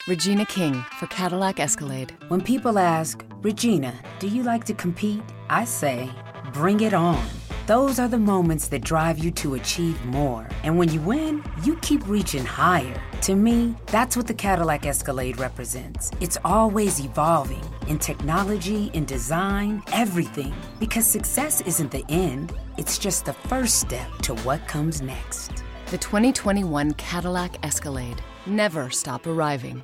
Regina King for Cadillac Escalade. When people ask, Regina, do you like to compete? I say, bring it on. Those are the moments that drive you to achieve more. And when you win, you keep reaching higher. To me, that's what the Cadillac Escalade represents. It's always evolving in technology, in design, everything. Because success isn't the end, it's just the first step to what comes next. The 2021 Cadillac Escalade. Never stop arriving.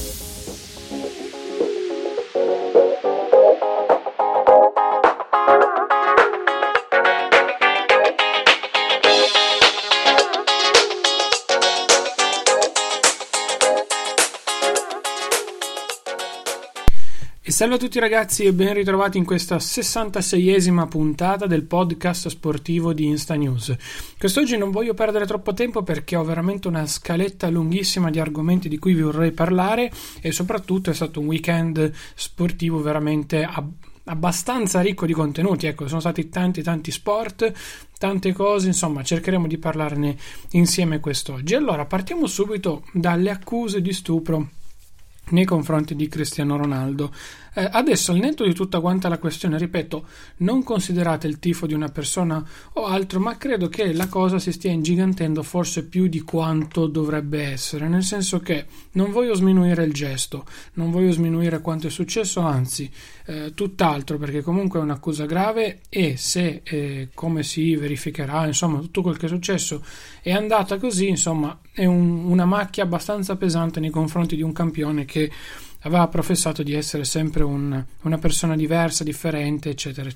E salve a tutti ragazzi e ben ritrovati in questa 66esima puntata del podcast sportivo di Insta News. Quest'oggi non voglio perdere troppo tempo perché ho veramente una scaletta lunghissima di argomenti di cui vi vorrei parlare e soprattutto è stato un weekend sportivo veramente abbastanza ricco di contenuti. Ecco, sono stati tanti sport, tante cose, insomma cercheremo di parlarne insieme quest'oggi. Allora partiamo subito dalle accuse di stupro nei confronti di Cristiano Ronaldo. Adesso, al netto di tutta quanta la questione, ripeto, non considerate il tifo di una persona o altro, ma credo che la cosa si stia ingigantendo forse più di quanto dovrebbe essere, nel senso che non voglio sminuire il gesto, non voglio sminuire quanto è successo, anzi tutt'altro, perché comunque è un'accusa grave e se come si verificherà, insomma tutto quel che è successo è andata così, insomma è una macchia abbastanza pesante nei confronti di un campione che aveva professato di essere sempre una persona diversa, differente, eccetera.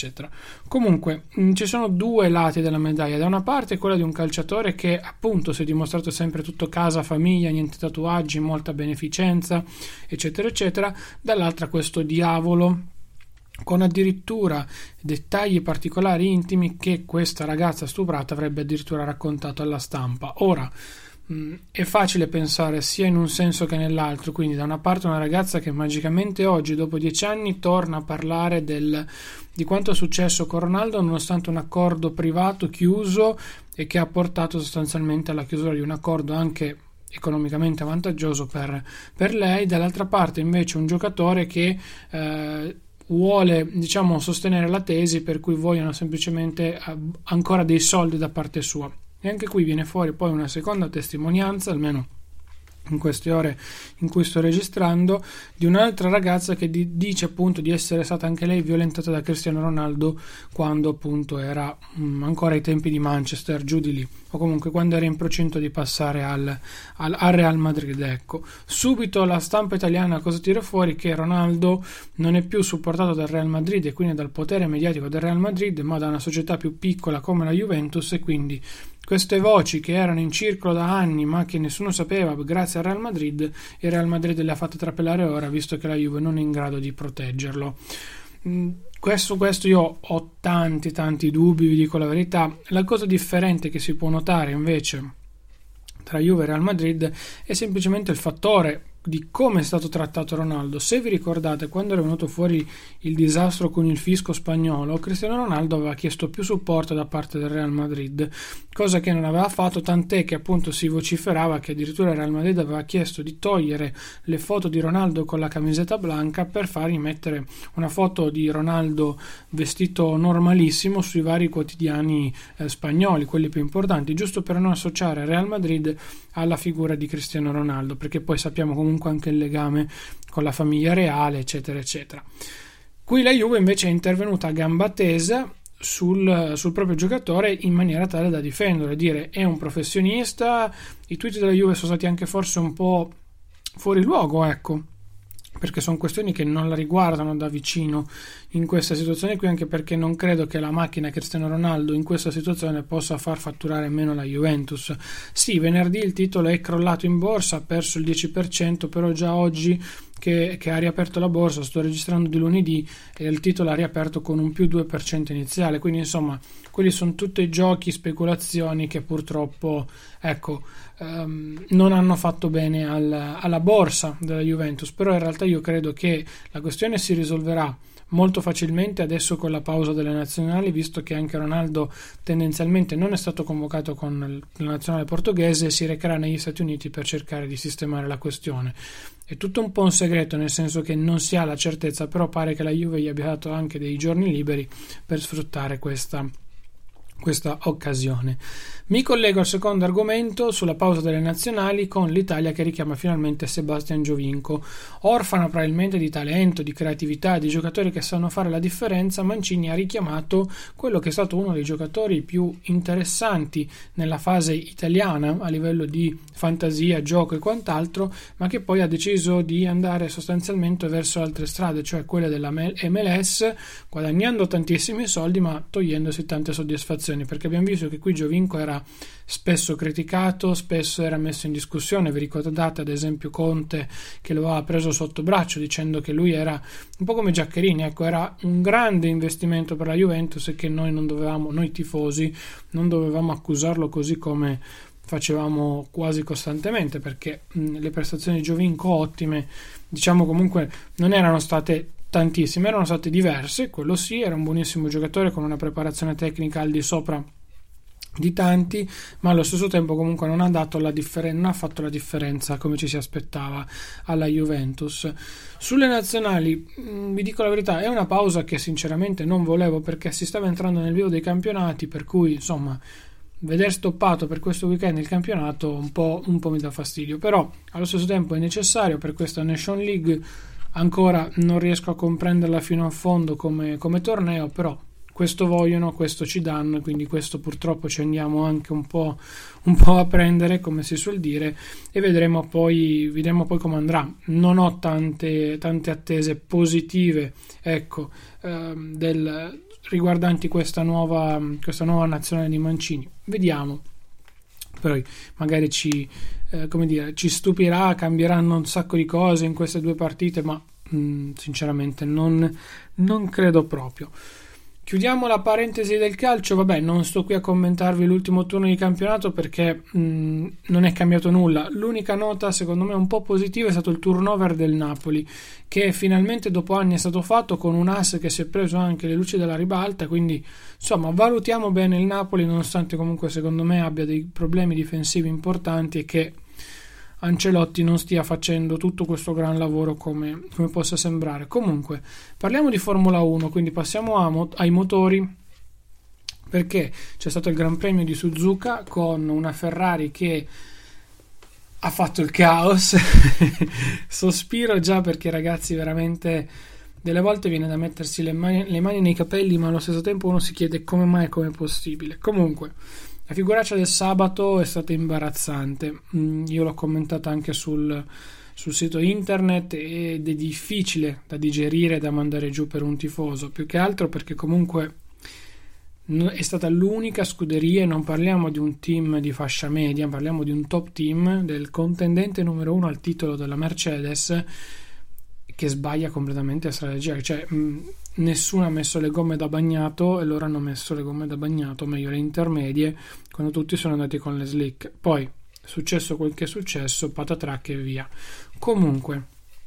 Comunque ci sono due lati della medaglia. Da una parte quella di un calciatore che appunto si è dimostrato sempre tutto casa, famiglia, niente tatuaggi, molta beneficenza, eccetera. Dall'altra questo diavolo con addirittura dettagli particolari intimi che questa ragazza stuprata avrebbe addirittura raccontato alla stampa. Ora è facile pensare sia in un senso che nell'altro, quindi da una parte una ragazza che magicamente oggi dopo 10 anni torna a parlare di quanto è successo con Ronaldo nonostante un accordo privato chiuso e che ha portato sostanzialmente alla chiusura di un accordo anche economicamente vantaggioso per lei. Dall'altra parte invece un giocatore che vuole, diciamo, sostenere la tesi per cui vogliono semplicemente ancora dei soldi da parte sua. E anche qui viene fuori poi una seconda testimonianza, almeno in queste ore in cui sto registrando, di un'altra ragazza che dice appunto di essere stata anche lei violentata da Cristiano Ronaldo quando appunto era ancora ai tempi di Manchester, giù di lì, o comunque quando era in procinto di passare al Real Madrid. Ecco, subito la stampa italiana cosa tira fuori? Che Ronaldo non è più supportato dal Real Madrid e quindi dal potere mediatico del Real Madrid, ma da una società più piccola come la Juventus, e quindi queste voci che erano in circolo da anni ma che nessuno sapeva grazie al Real Madrid, il Real Madrid le ha fatte trapelare ora, visto che la Juve non è in grado di proteggerlo. Questo io ho tanti dubbi, vi dico la verità. La cosa differente che si può notare invece tra Juve e Real Madrid è semplicemente il fattore di come è stato trattato Ronaldo. Se vi ricordate, quando era venuto fuori il disastro con il fisco spagnolo, Cristiano Ronaldo aveva chiesto più supporto da parte del Real Madrid, cosa che non aveva fatto, tant'è che appunto si vociferava che addirittura il Real Madrid aveva chiesto di togliere le foto di Ronaldo con la camiseta bianca per fargli mettere una foto di Ronaldo vestito normalissimo sui vari quotidiani spagnoli, quelli più importanti, giusto per non associare Real Madrid alla figura di Cristiano Ronaldo, perché poi sappiamo comunque anche il legame con la famiglia reale, eccetera. Qui la Juve invece è intervenuta a gamba tesa sul proprio giocatore in maniera tale da difenderlo e dire è un professionista. I tweet della Juve sono stati anche forse un po' fuori luogo, ecco, perché sono questioni che non la riguardano da vicino in questa situazione qui, anche perché non credo che la macchina Cristiano Ronaldo in questa situazione possa far fatturare meno la Juventus. Sì, venerdì il titolo è crollato in borsa, ha perso il 10%, però già oggi che ha riaperto la borsa, sto registrando di lunedì, e il titolo ha riaperto con un più 2% iniziale, quindi insomma quelli sono tutti giochi, speculazioni che purtroppo non hanno fatto bene alla borsa della Juventus. Però in realtà io credo che la questione si risolverà molto facilmente adesso con la pausa delle nazionali, visto che anche Ronaldo tendenzialmente non è stato convocato con la nazionale portoghese, si recherà negli Stati Uniti per cercare di sistemare la questione. È tutto un po' un segreto, nel senso che non si ha la certezza, però pare che la Juve gli abbia dato anche dei giorni liberi per sfruttare questa occasione. Mi collego al secondo argomento sulla pausa delle nazionali con l'Italia che richiama finalmente Sebastian Giovinco. Orfana probabilmente di talento, di creatività, di giocatori che sanno fare la differenza, Mancini ha richiamato quello che è stato uno dei giocatori più interessanti nella fase italiana a livello di fantasia, gioco e quant'altro, ma che poi ha deciso di andare sostanzialmente verso altre strade, cioè quelle della MLS, guadagnando tantissimi soldi ma togliendosi tante soddisfazioni, perché abbiamo visto che qui Giovinco era spesso criticato, spesso era messo in discussione. Vi ricordate ad esempio Conte che lo ha preso sotto braccio dicendo che lui era un po' come Giaccherini, ecco, era un grande investimento per la Juventus e che noi tifosi non dovevamo accusarlo così come facevamo quasi costantemente, perché le prestazioni di Giovinco ottime, diciamo, comunque non erano state tantissime, erano state diverse, quello sì, era un buonissimo giocatore con una preparazione tecnica al di sopra di tanti, ma allo stesso tempo comunque non ha fatto la differenza come ci si aspettava alla Juventus. Sulle nazionali, vi dico la verità, è una pausa che sinceramente non volevo, perché si stava entrando nel vivo dei campionati, per cui insomma veder stoppato per questo weekend il campionato un po' mi dà fastidio, però allo stesso tempo è necessario per questa Nation League. Ancora non riesco a comprenderla fino a fondo come torneo, però questo vogliono, questo ci danno, quindi questo purtroppo ci andiamo anche un po' a prendere, come si suol dire, e vedremo poi come andrà. Non ho tante attese positive, ecco, riguardanti questa nuova nazionale di Mancini. Vediamo, poi magari ci stupirà, cambieranno un sacco di cose in queste due partite, ma sinceramente non credo proprio. Chiudiamo la parentesi del calcio. Vabbè, non sto qui a commentarvi l'ultimo turno di campionato perché non è cambiato nulla. L'unica nota secondo me un po' positiva è stato il turnover del Napoli, che finalmente dopo anni è stato fatto con un asse che si è preso anche le luci della ribalta, quindi insomma valutiamo bene il Napoli, nonostante comunque secondo me abbia dei problemi difensivi importanti e che Ancelotti non stia facendo tutto questo gran lavoro come possa sembrare. Comunque parliamo di Formula 1, quindi passiamo ai motori, perché c'è stato il Gran Premio di Suzuka con una Ferrari che ha fatto il caos. Sospiro già, perché ragazzi veramente delle volte viene da mettersi le mani nei capelli, ma allo stesso tempo uno si chiede come mai, come è possibile. Comunque la figuraccia del sabato è stata imbarazzante, io l'ho commentata anche sul sito internet ed è difficile da digerire, da mandare giù per un tifoso, più che altro perché comunque è stata l'unica scuderia, e non parliamo di un team di fascia media, parliamo di un top team del contendente numero 1 al titolo della Mercedes, che sbaglia completamente la strategia, cioè nessuno ha messo le gomme da bagnato e loro hanno messo le gomme da bagnato, meglio le intermedie, quando tutti sono andati con le slick. Poi è successo quel che è successo, patatrac e via. Comunque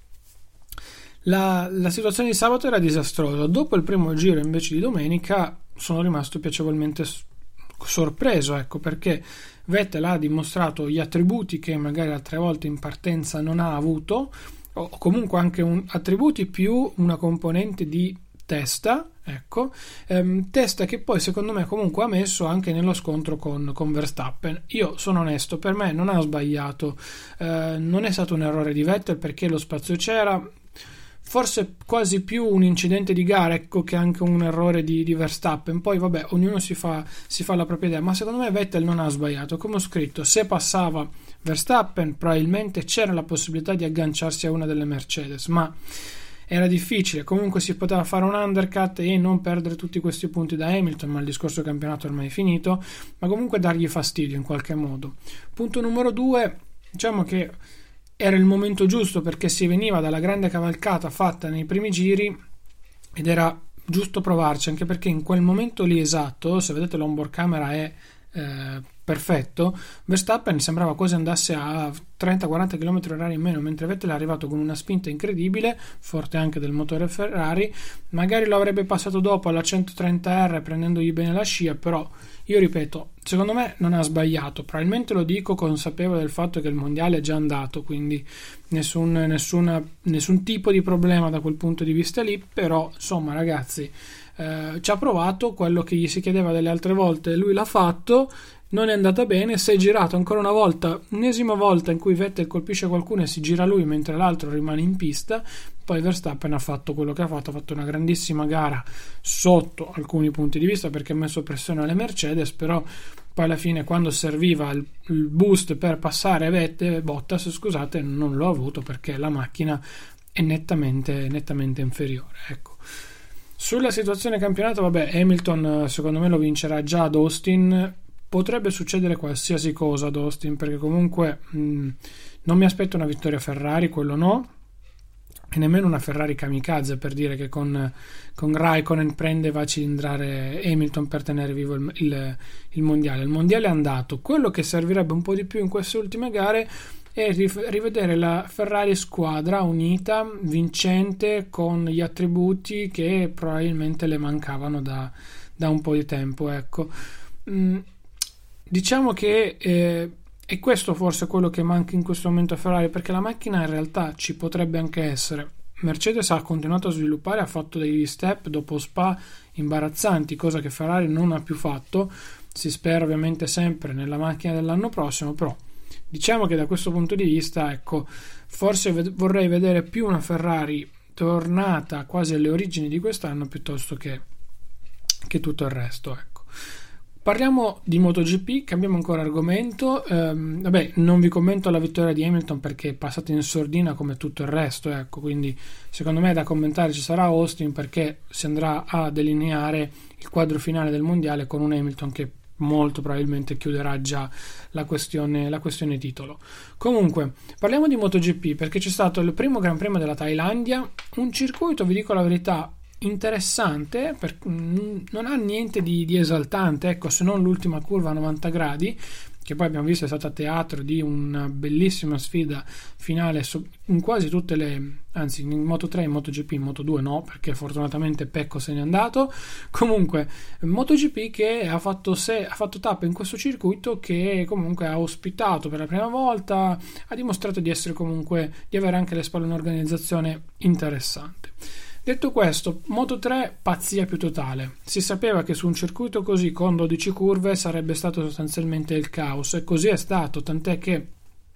la situazione di sabato era disastrosa. Dopo il primo giro invece di domenica sono rimasto piacevolmente sorpreso, ecco, perché Vettel ha dimostrato gli attributi che magari altre volte in partenza non ha avuto, o comunque anche attributi più una componente di testa, ecco, testa che poi secondo me comunque ha messo anche nello scontro con Verstappen. Io sono onesto, per me non ha sbagliato, non è stato un errore di Vettel perché lo spazio c'era, forse quasi più un incidente di gara, ecco, che anche un errore di Verstappen. Poi vabbè, ognuno si fa la propria idea, ma secondo me Vettel non ha sbagliato. Come ho scritto, se passava Verstappen probabilmente c'era la possibilità di agganciarsi a una delle Mercedes, ma era difficile. Comunque si poteva fare un undercut e non perdere tutti questi punti da Hamilton, ma il discorso campionato ormai è finito, ma comunque dargli fastidio in qualche modo. Punto numero 2, diciamo che era il momento giusto, perché si veniva dalla grande cavalcata fatta nei primi giri ed era giusto provarci, anche perché in quel momento lì esatto, se vedete l'onboard camera è perfetto, Verstappen sembrava quasi andasse a 30-40 km/h in meno, mentre Vettel è arrivato con una spinta incredibile, forte anche del motore Ferrari. Magari lo avrebbe passato dopo alla 130R prendendogli bene la scia, però io ripeto, secondo me non ha sbagliato, probabilmente lo dico consapevole del fatto che il mondiale è già andato, quindi nessun tipo di problema da quel punto di vista lì, però insomma ragazzi, ci ha provato quello che gli si chiedeva delle altre volte, lui l'ha fatto, non è andata bene, si è girato ancora una volta, ennesima volta in cui Vettel colpisce qualcuno e si gira lui mentre l'altro rimane in pista. Poi Verstappen ha fatto quello che ha fatto una grandissima gara sotto alcuni punti di vista perché ha messo pressione alle Mercedes, però poi alla fine quando serviva il boost per passare Bottas, scusate, non l'ho avuto perché la macchina è nettamente inferiore, ecco. Sulla situazione campionato, vabbè, Hamilton secondo me lo vincerà già ad Austin. Potrebbe succedere qualsiasi cosa ad Austin, perché comunque non mi aspetto una vittoria Ferrari, quello no, e nemmeno una Ferrari kamikaze, per dire che con Raikkonen prende e va a cilindrare Hamilton per tenere vivo il mondiale. Il mondiale è andato. Quello che servirebbe un po' di più in queste ultime gare è rivedere la Ferrari squadra unita, vincente, con gli attributi che probabilmente le mancavano da un po' di tempo, ecco. Diciamo che è questo forse quello che manca in questo momento a Ferrari, perché la macchina in realtà ci potrebbe anche essere. Mercedes ha continuato a sviluppare, ha fatto degli step dopo Spa imbarazzanti, cosa che Ferrari non ha più fatto. Si spera ovviamente sempre nella macchina dell'anno prossimo, però diciamo che da questo punto di vista, ecco, forse vorrei vedere più una Ferrari tornata quasi alle origini di quest'anno piuttosto che tutto il resto, ecco. Parliamo di MotoGP, cambiamo ancora argomento. Vabbè, non vi commento la vittoria di Hamilton perché è passata in sordina come tutto il resto, ecco, quindi secondo me da commentare ci sarà Austin, perché si andrà a delineare il quadro finale del mondiale con un Hamilton che molto probabilmente chiuderà già la questione titolo. Comunque parliamo di MotoGP perché c'è stato il primo Gran Premio della Thailandia, un circuito, vi dico la verità, interessante, non ha niente di esaltante, ecco, se non l'ultima curva a 90 gradi che poi abbiamo visto è stata teatro di una bellissima sfida finale in quasi tutte anzi in Moto3, in MotoGP, in Moto2 no, perché fortunatamente Pecco se n'è andato. Comunque MotoGP che ha fatto tappa in questo circuito, che comunque ha ospitato per la prima volta, ha dimostrato di avere anche alle spalle un'organizzazione interessante. Detto questo, Moto3 pazzia più totale. Si sapeva che su un circuito così con 12 curve sarebbe stato sostanzialmente il caos, e così è stato, tant'è che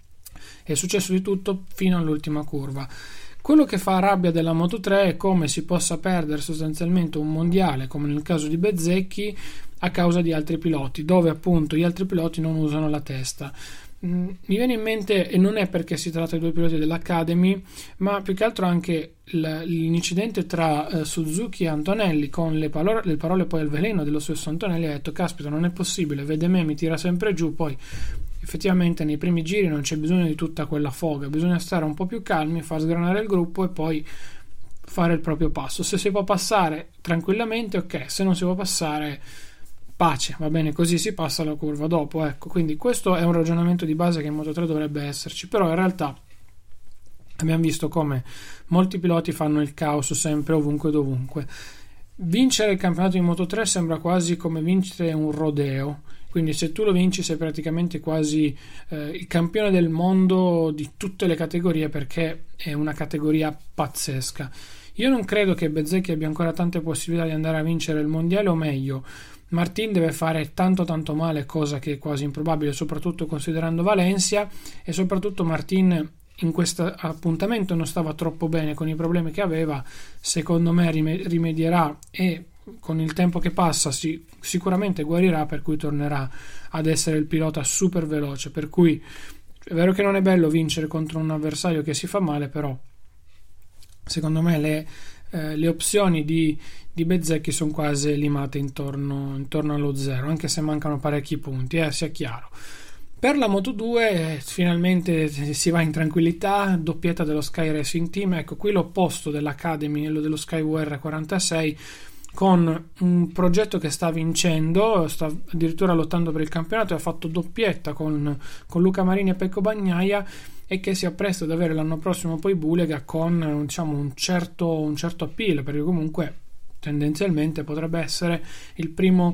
è successo di tutto fino all'ultima curva. Quello che fa rabbia della Moto3 è come si possa perdere sostanzialmente un mondiale, come nel caso di Bezzecchi, a causa di altri piloti, dove appunto gli altri piloti non usano la testa. Mi viene in mente, e non è perché si tratta di due piloti dell'Academy, ma più che altro anche l'incidente tra Suzuki e Antonelli, con le parole poi al veleno dello stesso Antonelli. Ha detto: caspita, non è possibile, vede me, mi tira sempre giù. Poi effettivamente nei primi giri non c'è bisogno di tutta quella foga, bisogna stare un po' più calmi, far sgranare il gruppo e poi fare il proprio passo. Se si può passare tranquillamente, ok, se non si può passare, pace, va bene, così si passa la curva dopo, ecco. Quindi questo è un ragionamento di base che in Moto3 dovrebbe esserci, però in realtà abbiamo visto come molti piloti fanno il caos sempre, ovunque dovunque. Vincere il campionato di Moto3 sembra quasi come vincere un rodeo, quindi se tu lo vinci sei praticamente quasi il campione del mondo di tutte le categorie, perché è una categoria pazzesca. Io non credo che Bezzecchi abbia ancora tante possibilità di andare a vincere il mondiale, o meglio, Martin deve fare tanto male, cosa che è quasi improbabile, soprattutto considerando Valencia, e soprattutto Martin in questo appuntamento non stava troppo bene con i problemi che aveva. Secondo me rimedierà e con il tempo che passa sicuramente guarirà, per cui tornerà ad essere il pilota super veloce. Per cui è vero che non è bello vincere contro un avversario che si fa male, però secondo me le opzioni di Bezzecchi sono quasi limate intorno allo zero, anche se mancano parecchi punti, sia chiaro. Per la Moto2 finalmente si va in tranquillità, doppietta dello Sky Racing Team. Ecco, qui l'opposto dell'Academy, quello dello Sky WR46, con un progetto che sta vincendo, sta addirittura lottando per il campionato, e ha fatto doppietta con Luca Marini e Pecco Bagnaia, e che si appresta ad avere l'anno prossimo poi Bulega con, diciamo, un certo appeal, perché comunque tendenzialmente potrebbe essere il primo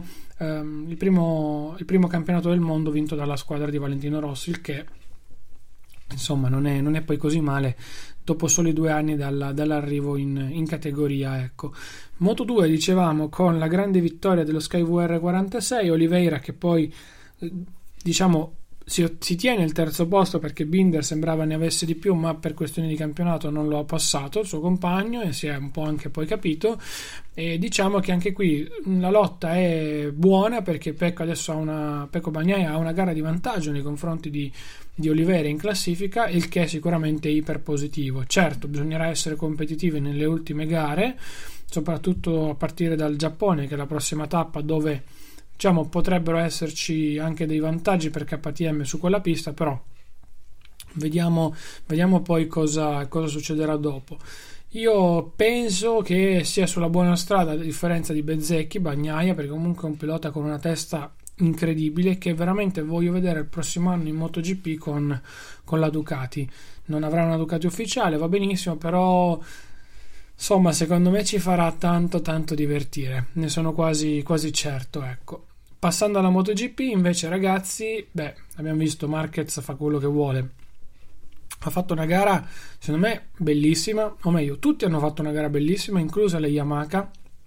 campionato del mondo vinto dalla squadra di Valentino Rossi, il che insomma non è poi così male dopo soli 2 anni dall'arrivo in categoria, ecco. Moto2, dicevamo, con la grande vittoria dello Sky VR46, Oliveira che poi diciamo si tiene il terzo posto, perché Binder sembrava ne avesse di più, ma per questioni di campionato non lo ha passato il suo compagno, e si è un po' anche poi capito, e diciamo che anche qui la lotta è buona, perché Pecco Bagnaia ha una gara di vantaggio nei confronti di Oliveira in classifica, il che è sicuramente iper positivo. Certo, bisognerà essere competitivi nelle ultime gare, soprattutto a partire dal Giappone, che è la prossima tappa, dove diciamo potrebbero esserci anche dei vantaggi per KTM su quella pista, però vediamo poi cosa succederà dopo. Io penso che sia sulla buona strada, a differenza di Bezzecchi, Bagnaia, perché comunque è un pilota con una testa incredibile, che veramente voglio vedere il prossimo anno in MotoGP con la Ducati. Non avrà una Ducati ufficiale, va benissimo, però insomma secondo me ci farà tanto divertire, ne sono quasi certo, ecco. Passando alla MotoGP invece, ragazzi, abbiamo visto Marquez fa quello che vuole, ha fatto una gara secondo me bellissima, o meglio tutti hanno fatto una gara bellissima, inclusa le Yamaha.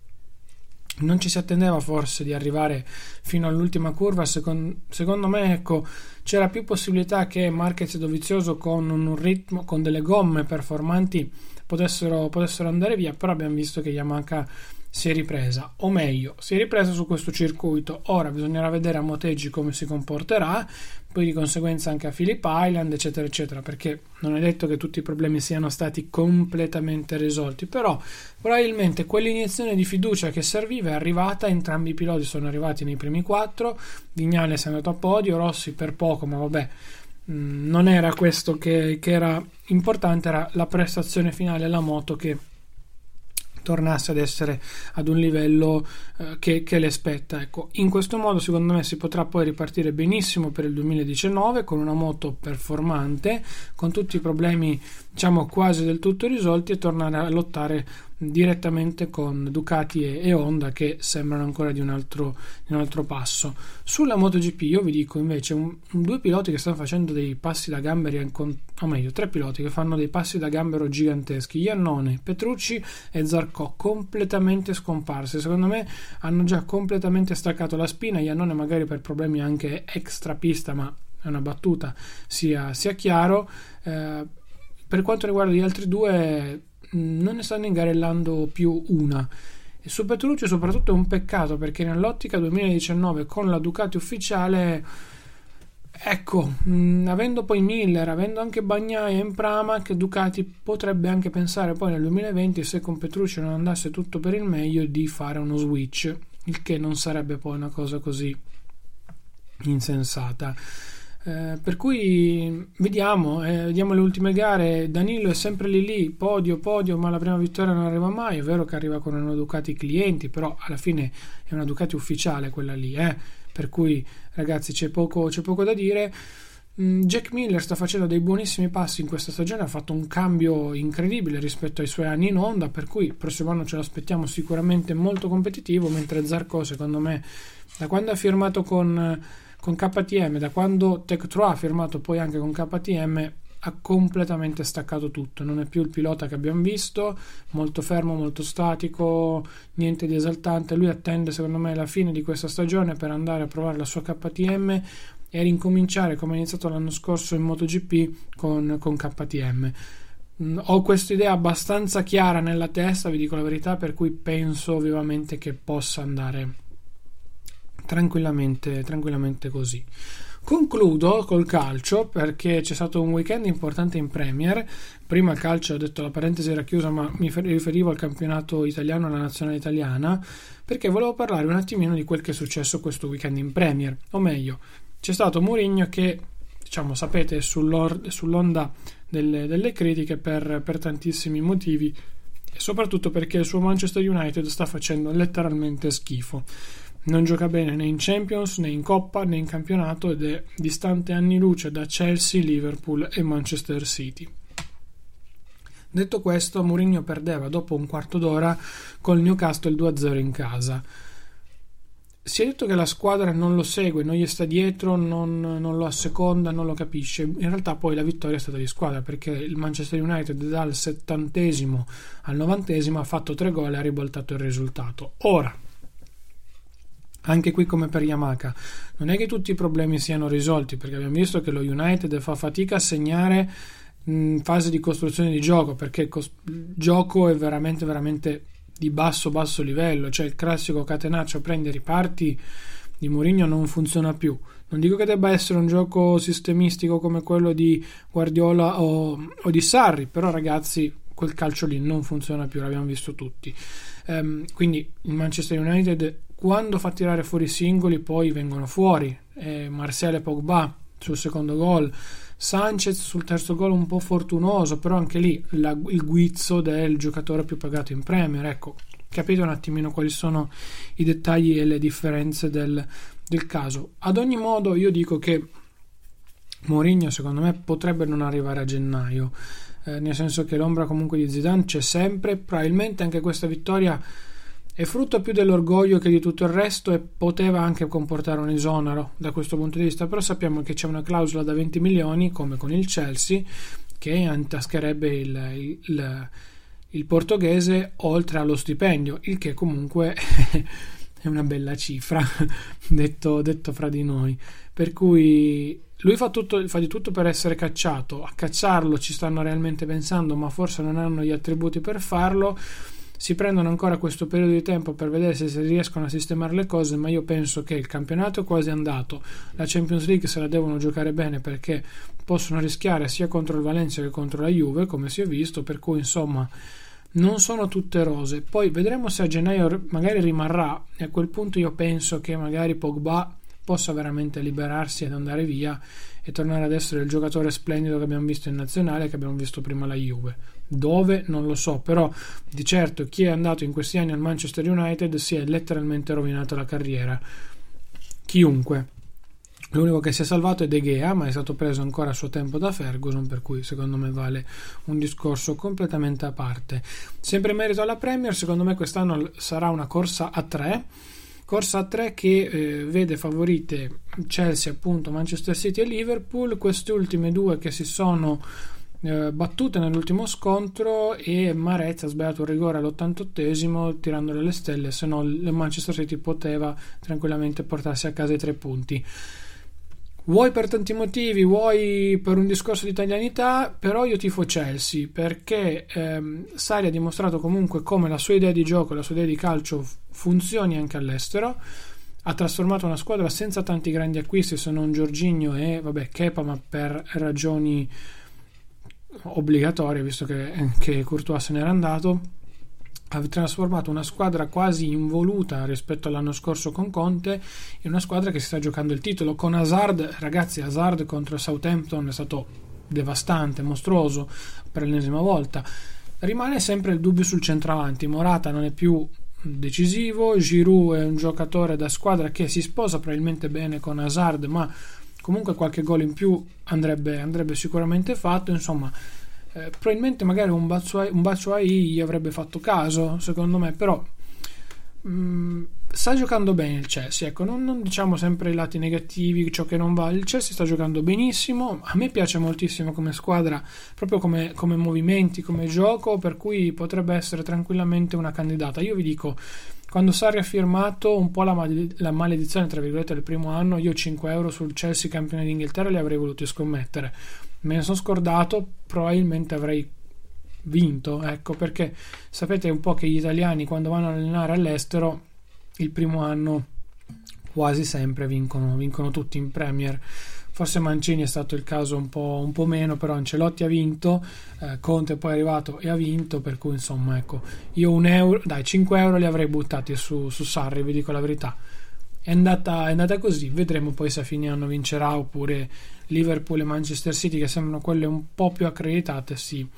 Non ci si attendeva forse di arrivare fino all'ultima curva, secondo me, ecco, c'era più possibilità che Marquez e Dovizioso con un ritmo, con delle gomme performanti potessero andare via, però abbiamo visto che Yamaha si è ripresa, o meglio si è ripresa su questo circuito. Ora bisognerà vedere a Motegi come si comporterà, poi di conseguenza anche a Phillip Island, eccetera eccetera, perché non è detto che tutti i problemi siano stati completamente risolti, però probabilmente quell'iniezione di fiducia che serviva è arrivata. Entrambi i piloti sono arrivati nei primi 4, Vignales è andato a podio, Rossi per poco, ma vabbè, non era questo che era importante, era la prestazione finale alla moto che tornasse ad essere ad un livello che le spetta, ecco. In questo modo secondo me si potrà poi ripartire benissimo per il 2019 con una moto performante, con tutti i problemi diciamo quasi del tutto risolti, e tornare a lottare direttamente con Ducati e Honda, che sembrano ancora di un altro passo. Sulla MotoGP io vi dico invece 2 piloti che stanno facendo dei passi da gambero, o meglio 3 piloti che fanno dei passi da gambero giganteschi: Iannone, Petrucci e Zarco, completamente scomparsi. Secondo me hanno già completamente staccato la spina. Iannone magari per problemi anche extra pista, ma è una battuta, sia chiaro. Per quanto riguarda gli altri 2, non ne stanno ingarellando più una. E su Petrucci soprattutto è un peccato, perché nell'ottica 2019 con la Ducati ufficiale, ecco, avendo poi Miller, avendo anche Bagnaia in Pramac, Ducati potrebbe anche pensare poi nel 2020, se con Petrucci non andasse tutto per il meglio, di fare uno switch, il che non sarebbe poi una cosa così insensata. Per cui vediamo le ultime gare. Danilo è sempre lì, podio, ma la prima vittoria non arriva mai. È vero che arriva con una Ducati clienti, però alla fine è una Ducati ufficiale quella lì, per cui ragazzi c'è poco da dire. Jack Miller sta facendo dei buonissimi passi in questa stagione, ha fatto un cambio incredibile rispetto ai suoi anni in Honda, per cui il prossimo anno ce lo aspettiamo sicuramente molto competitivo, mentre Zarco secondo me, da quando ha firmato con KTM, da quando Tech3 ha firmato poi anche con KTM, ha completamente staccato tutto. Non è più il pilota che abbiamo visto, molto fermo, molto statico, niente di esaltante. Lui attende secondo me la fine di questa stagione per andare a provare la sua KTM e ricominciare come ha iniziato l'anno scorso in MotoGP con KTM. Ho questa idea abbastanza chiara nella testa, vi dico la verità, per cui penso vivamente che possa andare tranquillamente così. Concludo col calcio, perché c'è stato un weekend importante in Premier. Prima il calcio, ho detto, la parentesi era chiusa, ma mi riferivo al campionato italiano, alla nazionale italiana, perché volevo parlare un attimino di quel che è successo questo weekend in Premier. O meglio, c'è stato Mourinho che, diciamo, sapete, sull'onda delle critiche per tantissimi motivi, e soprattutto perché il suo Manchester United sta facendo letteralmente schifo. Non gioca bene né in Champions, né in Coppa, né in campionato ed è distante anni luce da Chelsea, Liverpool e Manchester City. Detto questo, Mourinho perdeva dopo un quarto d'ora col Newcastle 2-0 in casa. Si è detto che la squadra non lo segue, non gli sta dietro, non lo asseconda, non lo capisce. In realtà poi la vittoria è stata di squadra, perché il Manchester United dal 70° al 90° ha fatto 3 gol e ha ribaltato il risultato. Ora, anche qui come per Yamaka, non è che tutti i problemi siano risolti, perché abbiamo visto che lo United fa fatica a segnare in fase di costruzione di gioco, perché il gioco è veramente di basso livello, cioè il classico catenaccio prendi e riparti di Mourinho non funziona più. Non dico che debba essere un gioco sistemistico come quello di Guardiola o di Sarri, però ragazzi, quel calcio lì non funziona più, l'abbiamo visto tutti. Quindi il Manchester United, quando fa tirare fuori i singoli, poi vengono fuori. Martial e Pogba sul secondo gol, Sanchez sul terzo gol un po' fortunoso, però anche lì il guizzo del giocatore più pagato in Premier. Ecco, capite un attimino quali sono i dettagli e le differenze del caso. Ad ogni modo io dico che Mourinho secondo me potrebbe non arrivare a gennaio, nel senso che l'ombra comunque di Zidane c'è sempre. Probabilmente anche questa vittoria è frutto più dell'orgoglio che di tutto il resto e poteva anche comportare un esonero da questo punto di vista, però sappiamo che c'è una clausola da 20 milioni come con il Chelsea che intascherebbe il portoghese oltre allo stipendio, il che comunque è una bella cifra detto fra di noi, per cui lui fa di tutto per essere cacciato. A cacciarlo ci stanno realmente pensando, ma forse non hanno gli attributi per farlo. Si prendono ancora questo periodo di tempo per vedere se si riescono a sistemare le cose, ma io penso che il campionato è quasi andato, la Champions League se la devono giocare bene, perché possono rischiare sia contro il Valencia che contro la Juve, come si è visto, per cui insomma non sono tutte rose. Poi vedremo se a gennaio magari rimarrà, e a quel punto io penso che magari Pogba possa veramente liberarsi ed andare via e tornare ad essere il giocatore splendido che abbiamo visto in nazionale, che abbiamo visto prima alla Juve. Dove? Non lo so, però di certo chi è andato in questi anni al Manchester United si è letteralmente rovinato la carriera. Chiunque. L'unico che si è salvato è De Gea, ma è stato preso ancora a suo tempo da Ferguson, per cui secondo me vale un discorso completamente a parte. Sempre in merito alla Premier, secondo me quest'anno sarà una corsa a tre che vede favorite Chelsea, appunto, Manchester City e Liverpool, queste ultime due che si sono battute nell'ultimo scontro, e Mahrez ha sbagliato un rigore all'88esimo tirandole alle stelle, se no il Manchester City poteva tranquillamente portarsi a casa i 3 punti. Vuoi per tanti motivi, vuoi per un discorso di italianità, però io tifo Chelsea perché Sarri ha dimostrato comunque come la sua idea di gioco, la sua idea di calcio funzioni anche all'estero. Ha trasformato una squadra senza tanti grandi acquisti, se non Jorginho e Kepa, ma per ragioni obbligatorie, visto che Courtois se n'era andato. Ha trasformato una squadra quasi involuta rispetto all'anno scorso con Conte in una squadra che si sta giocando il titolo. Con Hazard, ragazzi, Hazard contro Southampton è stato devastante, mostruoso per l'ennesima volta. Rimane sempre il dubbio sul centravanti. Morata non è più decisivo, Giroud è un giocatore da squadra che si sposa probabilmente bene con Hazard, ma comunque qualche gol in più andrebbe sicuramente fatto. Insomma, probabilmente magari un Batshuayi gli avrebbe fatto caso, secondo me, però sta giocando bene il Chelsea, ecco, non diciamo sempre i lati negativi, ciò che non va. Il Chelsea sta giocando benissimo, a me piace moltissimo come squadra, proprio come movimenti, come gioco, per cui potrebbe essere tranquillamente una candidata. Io vi dico, quando Sarri ha firmato, un po' la maledizione tra virgolette del primo anno, io 5 euro sul Chelsea campione d'Inghilterra li avrei voluti scommettere, me ne sono scordato, probabilmente avrei vinto, ecco, perché sapete un po' che gli italiani quando vanno a allenare all'estero il primo anno quasi sempre vincono tutti in Premier. Forse Mancini è stato il caso un po' meno, però Ancelotti ha vinto, Conte poi è arrivato e ha vinto, per cui insomma, ecco, io 5 euro li avrei buttati su Sarri, vi dico la verità. È andata così, vedremo poi se a fine anno vincerà oppure Liverpool e Manchester City, che sembrano quelle un po' più accreditate, si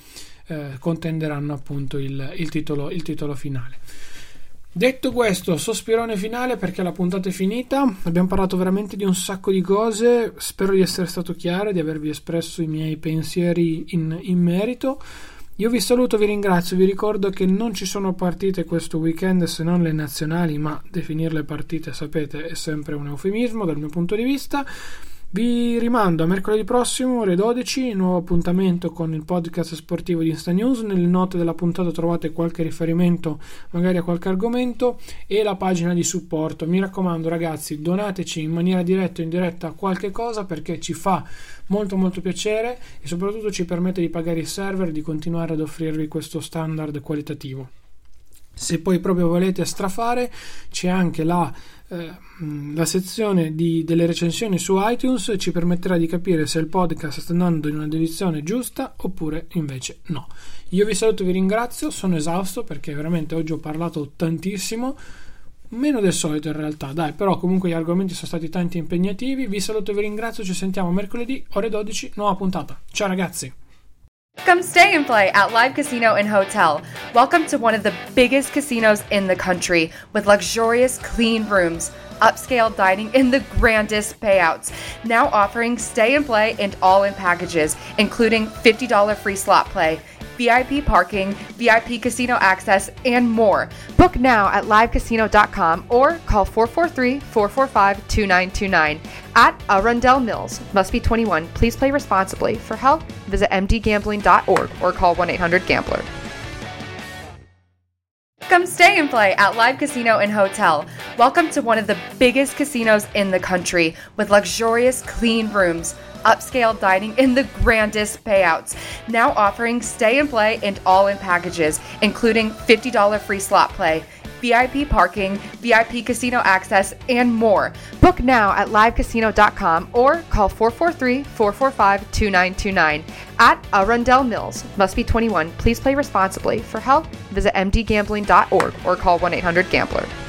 contenderanno appunto il titolo finale. Detto questo, sospirone finale perché la puntata è finita. Abbiamo parlato veramente di un sacco di cose, spero di essere stato chiaro, di avervi espresso i miei pensieri in merito. Io vi saluto, vi ringrazio, vi ricordo che non ci sono partite questo weekend se non le nazionali, ma definirle partite, sapete, è sempre un eufemismo dal mio punto di vista. Vi rimando a mercoledì prossimo ore 12, nuovo appuntamento con il podcast sportivo di Insta News. Nelle note della puntata trovate qualche riferimento magari a qualche argomento e la pagina di supporto. Mi raccomando ragazzi, donateci in maniera diretta o indiretta qualche cosa perché ci fa molto molto piacere e soprattutto ci permette di pagare i server e di continuare ad offrirvi questo standard qualitativo. Se poi proprio volete strafare, c'è anche la sezione delle recensioni su iTunes, ci permetterà di capire se il podcast sta andando in una direzione giusta oppure invece no. Io vi saluto e vi ringrazio, sono esausto perché veramente oggi ho parlato tantissimo, meno del solito in realtà, dai, però comunque gli argomenti sono stati tanti e impegnativi. Vi saluto e vi ringrazio, ci sentiamo mercoledì ore 12, nuova puntata. Ciao ragazzi. Come stay and play at Live Casino and Hotel. Welcome to one of the biggest casinos in the country with luxurious, clean rooms, upscale dining, and the grandest payouts. Now offering stay and play and all-in packages, including $50 free slot play, VIP parking, VIP casino access, and more. Book now at livecasino.com or call 443-445-2929 at Arundel Mills. Must be 21. Please play responsibly. For help, visit mdgambling.org or call 1-800-GAMBLER. Come stay and play at Live Casino and Hotel. Welcome to one of the biggest casinos in the country with luxurious, clean rooms, upscale dining, and the grandest payouts. Now offering stay and play and all-in packages, including $50 free slot play, VIP parking, VIP casino access, and more. Book now at livecasino.com or call 443-445-2929 at Arundel Mills. Must be 21. Please play responsibly. For help, visit mdgambling.org or call 1-800-GAMBLER.